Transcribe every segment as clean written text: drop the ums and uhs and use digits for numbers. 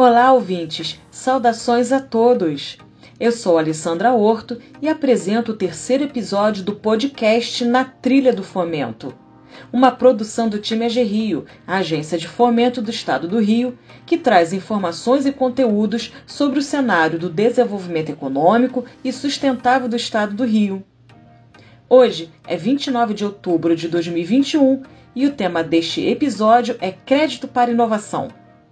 Olá, ouvintes! Saudações a todos! Eu sou Alessandra Horto e apresento o terceiro episódio do podcast Na Trilha do Fomento, uma produção do time AG Rio, a agência de fomento do Estado do Rio, que traz informações e conteúdos sobre o cenário do desenvolvimento econômico e sustentável do Estado do Rio. Hoje é 29 de outubro de 2021 e o tema deste episódio é Crédito para Inovação.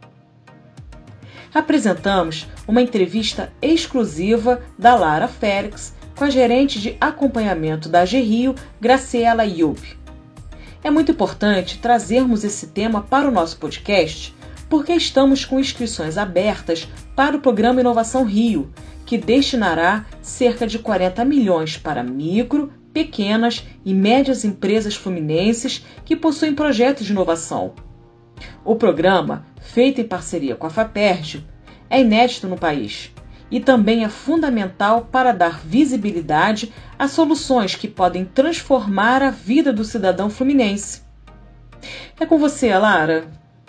Apresentamos uma entrevista exclusiva da Lara Félix com a gerente de acompanhamento da AG Rio, Graciela Yupp. É muito importante trazermos esse tema para o nosso podcast porque estamos com inscrições abertas para o Programa Inovação Rio, que destinará cerca de 40 milhões para micro, pequenas e médias empresas fluminenses que possuem projetos de inovação. O programa, feito em parceria com a FAPERJ, é inédito no país e também é fundamental para dar visibilidade a soluções que podem transformar a vida do cidadão fluminense. É com você, Lara.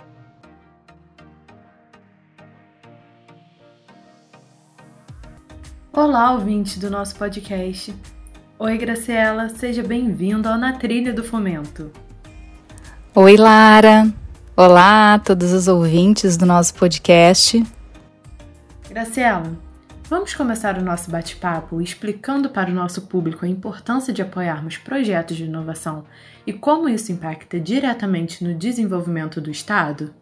Olá, ouvinte do nosso podcast. Oi, Graciela, seja bem-vindo ao Na Trilha do Fomento. Oi, Lara. Olá a todos os ouvintes do nosso podcast. Graciela, vamos começar o nosso bate-papo explicando para o nosso público a importância de apoiarmos projetos de inovação e como isso impacta diretamente no desenvolvimento do Estado?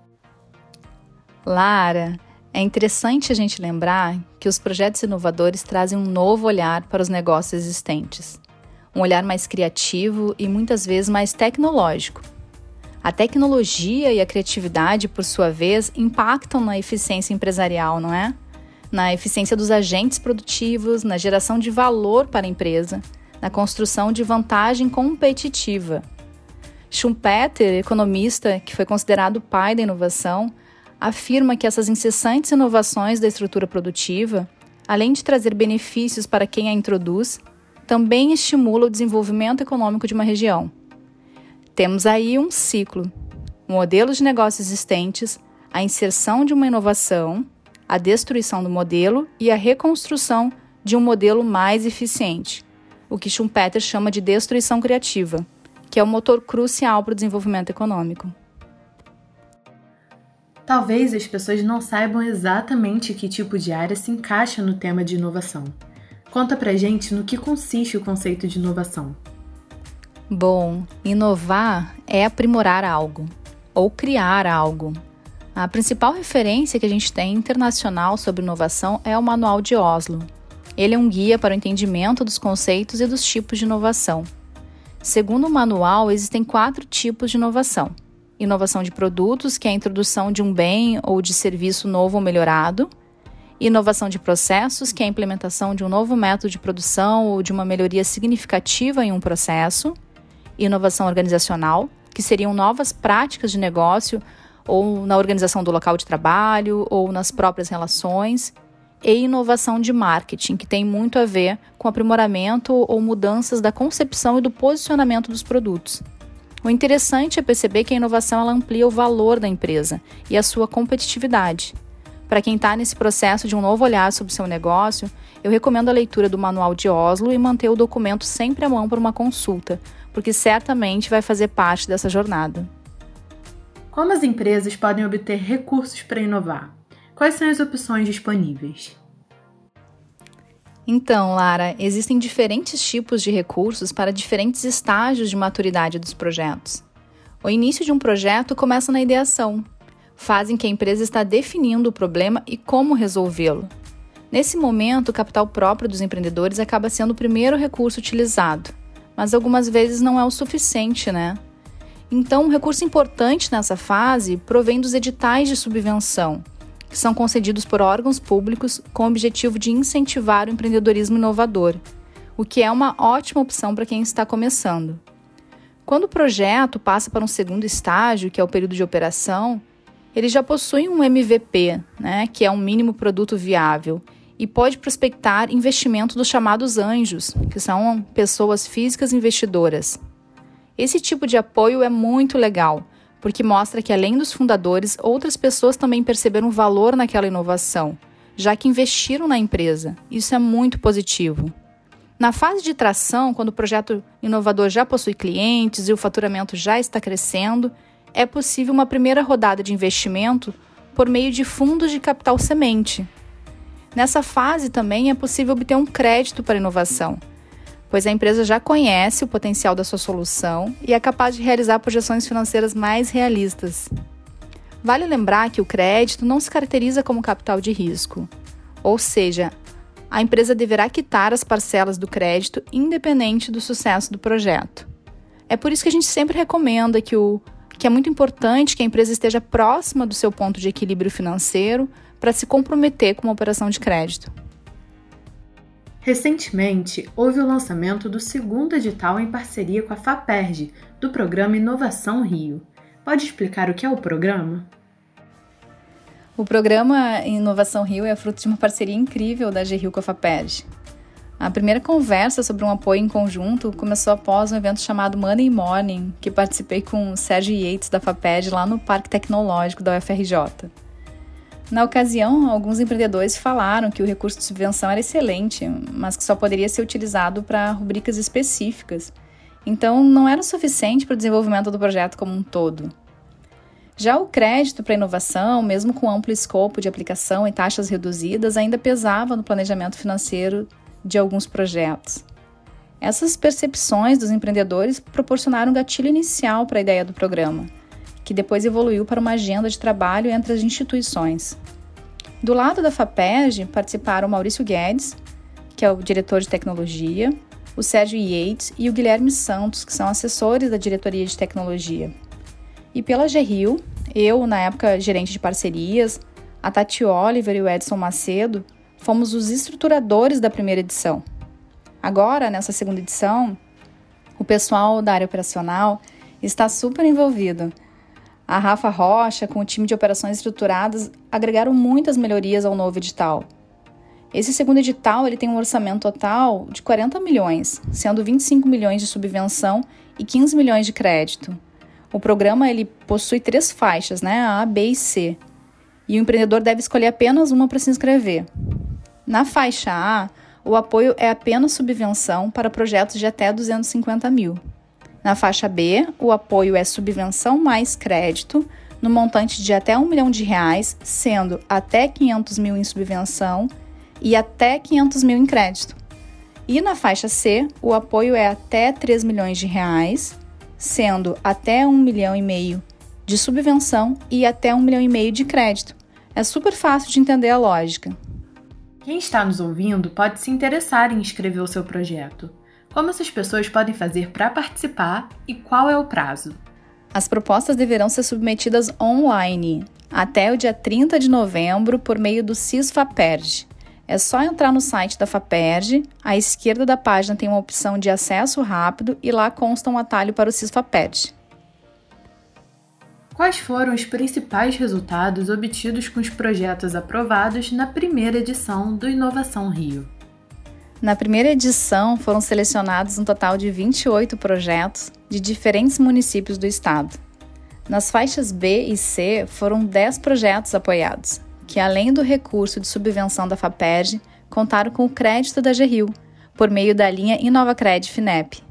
Lara, é interessante a gente lembrar que os projetos inovadores trazem um novo olhar para os negócios existentes. Um olhar mais criativo e muitas vezes mais tecnológico. A tecnologia e a criatividade, por sua vez, impactam na eficiência empresarial, não é? Na eficiência dos agentes produtivos, na geração de valor para a empresa, na construção de vantagem competitiva. Schumpeter, economista que foi considerado o pai da inovação, afirma que essas incessantes inovações da estrutura produtiva, além de trazer benefícios para quem a introduz, também estimula o desenvolvimento econômico de uma região. Temos aí um ciclo, modelos de negócios existentes, a inserção de uma inovação, a destruição do modelo e a reconstrução de um modelo mais eficiente, o que Schumpeter chama de destruição criativa, que é o motor crucial para o desenvolvimento econômico. Talvez as pessoas não saibam exatamente que tipo de área se encaixa no tema de inovação. Conta pra gente no que consiste o conceito de inovação. Bom, inovar é aprimorar algo, ou criar algo. A principal referência que a gente tem internacional sobre inovação é o Manual de Oslo. Ele é um guia para o entendimento dos conceitos e dos tipos de inovação. Segundo o manual, existem 4 tipos de inovação. Inovação de produtos, que é a introdução de um bem ou de serviço novo ou melhorado. Inovação de processos, que é a implementação de um novo método de produção ou de uma melhoria significativa em um processo. Inovação organizacional, que seriam novas práticas de negócio ou na organização do local de trabalho ou nas próprias relações. E inovação de marketing, que tem muito a ver com aprimoramento ou mudanças da concepção e do posicionamento dos produtos. O interessante é perceber que a inovação ela amplia o valor da empresa e a sua competitividade. Para quem está nesse processo de um novo olhar sobre o seu negócio, eu recomendo a leitura do Manual de Oslo e manter o documento sempre à mão para uma consulta, porque certamente vai fazer parte dessa jornada. Como as empresas podem obter recursos para inovar? Quais são as opções disponíveis? Então, Lara, existem diferentes tipos de recursos para diferentes estágios de maturidade dos projetos. O início de um projeto começa na ideação, fase em que a empresa está definindo o problema e como resolvê-lo. Nesse momento, o capital próprio dos empreendedores acaba sendo o primeiro recurso utilizado, mas algumas vezes não é o suficiente, né? Então, um recurso importante nessa fase provém dos editais de subvenção, que são concedidos por órgãos públicos com o objetivo de incentivar o empreendedorismo inovador, o que é uma ótima opção para quem está começando. Quando o projeto passa para um segundo estágio, que é o período de operação, ele já possui um MVP, né, que é um mínimo produto viável, e pode prospectar investimento dos chamados anjos, que são pessoas físicas investidoras. Esse tipo de apoio é muito legal, porque mostra que, além dos fundadores, outras pessoas também perceberam valor naquela inovação, já que investiram na empresa. Isso é muito positivo. Na fase de tração, quando o projeto inovador já possui clientes e o faturamento já está crescendo, é possível uma primeira rodada de investimento por meio de fundos de capital semente. Nessa fase também é possível obter um crédito para inovação, pois a empresa já conhece o potencial da sua solução e é capaz de realizar projeções financeiras mais realistas. Vale lembrar que o crédito não se caracteriza como capital de risco, ou seja, a empresa deverá quitar as parcelas do crédito independente do sucesso do projeto. É por isso que a gente sempre recomenda que é muito importante que a empresa esteja próxima do seu ponto de equilíbrio financeiro para se comprometer com uma operação de crédito. Recentemente, houve o lançamento do segundo edital em parceria com a FAPERJ, do programa Inovação Rio. Pode explicar o que é o programa? O programa Inovação Rio é fruto de uma parceria incrível da AGRIO com a FAPERJ. A primeira conversa sobre um apoio em conjunto começou após um evento chamado Money Morning, que participei com o Sérgio Yates da FAPERJ lá no Parque Tecnológico da UFRJ. Na ocasião, alguns empreendedores falaram que o recurso de subvenção era excelente, mas que só poderia ser utilizado para rubricas específicas. Então, não era o suficiente para o desenvolvimento do projeto como um todo. Já o crédito para inovação, mesmo com amplo escopo de aplicação e taxas reduzidas, ainda pesava no planejamento financeiro de alguns projetos. Essas percepções dos empreendedores proporcionaram um gatilho inicial para a ideia do programa, que depois evoluiu para uma agenda de trabalho entre as instituições. Do lado da FAPERJ participaram o Maurício Guedes, que é o diretor de tecnologia, o Sérgio Yates e o Guilherme Santos, que são assessores da diretoria de tecnologia. E pela AGRIO, eu, na época gerente de parcerias, a Tati Oliver e o Edson Macedo, fomos os estruturadores da primeira edição. Agora, nessa segunda edição, o pessoal da área operacional está super envolvido. A Rafa Rocha, com o time de operações estruturadas, agregaram muitas melhorias ao novo edital. Esse segundo edital ele tem um orçamento total de 40 milhões, sendo 25 milhões de subvenção e 15 milhões de crédito. O programa ele possui 3 faixas, A, B e C, e o empreendedor deve escolher apenas uma para se inscrever. Na faixa A, o apoio é apenas subvenção para projetos de até 250 mil. Na faixa B, o apoio é subvenção mais crédito, no montante de até R$1 milhão, sendo até 500 mil em subvenção e até 500 mil em crédito. E na faixa C, o apoio é até R$3 milhões, sendo até R$1,5 milhão de subvenção e até R$1,5 milhão de crédito. É super fácil de entender a lógica. Quem está nos ouvindo pode se interessar em inscrever o seu projeto. Como essas pessoas podem fazer para participar e qual é o prazo? As propostas deverão ser submetidas online até o dia 30 de novembro por meio do CIS-FAPERJ. É só entrar no site da FAPERJ, à esquerda da página tem uma opção de acesso rápido e lá consta um atalho para o CIS-FAPERJ. Quais foram os principais resultados obtidos com os projetos aprovados na primeira edição do Inovação Rio? Na primeira edição, foram selecionados um total de 28 projetos de diferentes municípios do estado. Nas faixas B e C, foram 10 projetos apoiados, que além do recurso de subvenção da FAPERJ, contaram com o crédito da AGRIO, por meio da linha InovaCred FINEP.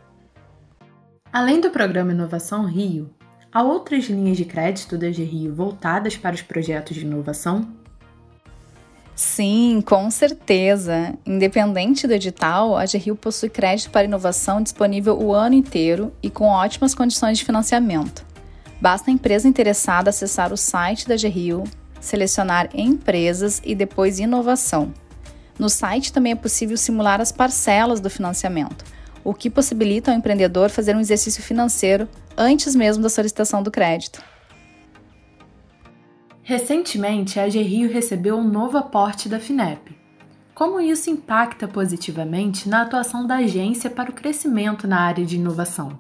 Além do programa Inovação Rio, há outras linhas de crédito da AGRIO voltadas para os projetos de inovação? Sim, com certeza. Independente do edital, a AGRIO possui crédito para inovação disponível o ano inteiro e com ótimas condições de financiamento. Basta a empresa interessada acessar o site da AGRIO, selecionar empresas e depois inovação. No site também é possível simular as parcelas do financiamento, o que possibilita ao empreendedor fazer um exercício financeiro antes mesmo da solicitação do crédito. Recentemente, a AGRIO recebeu um novo aporte da FINEP. Como isso impacta positivamente na atuação da agência para o crescimento na área de inovação?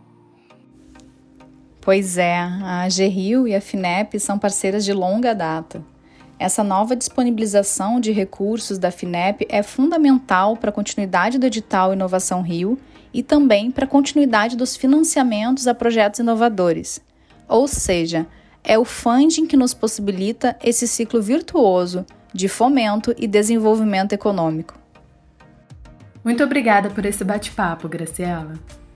Pois é, a AGRIO e a FINEP são parceiras de longa data. Essa nova disponibilização de recursos da FINEP é fundamental para a continuidade do edital Inovação Rio e também para a continuidade dos financiamentos a projetos inovadores. Ou seja, é o funding que nos possibilita esse ciclo virtuoso de fomento e desenvolvimento econômico. Muito obrigada por esse bate-papo, Graciela.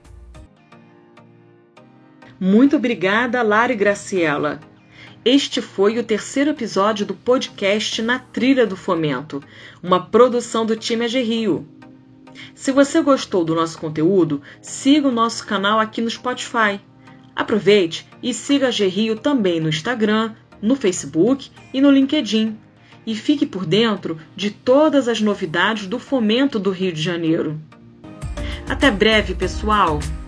Muito obrigada, Lara e Graciela. Este foi o 3º episódio do podcast Na Trilha do Fomento, uma produção do time AG Rio. Se você gostou do nosso conteúdo, siga o nosso canal aqui no Spotify. Aproveite e siga a AG Rio também no Instagram, no Facebook e no LinkedIn. E fique por dentro de todas as novidades do fomento do Rio de Janeiro. Até breve, pessoal!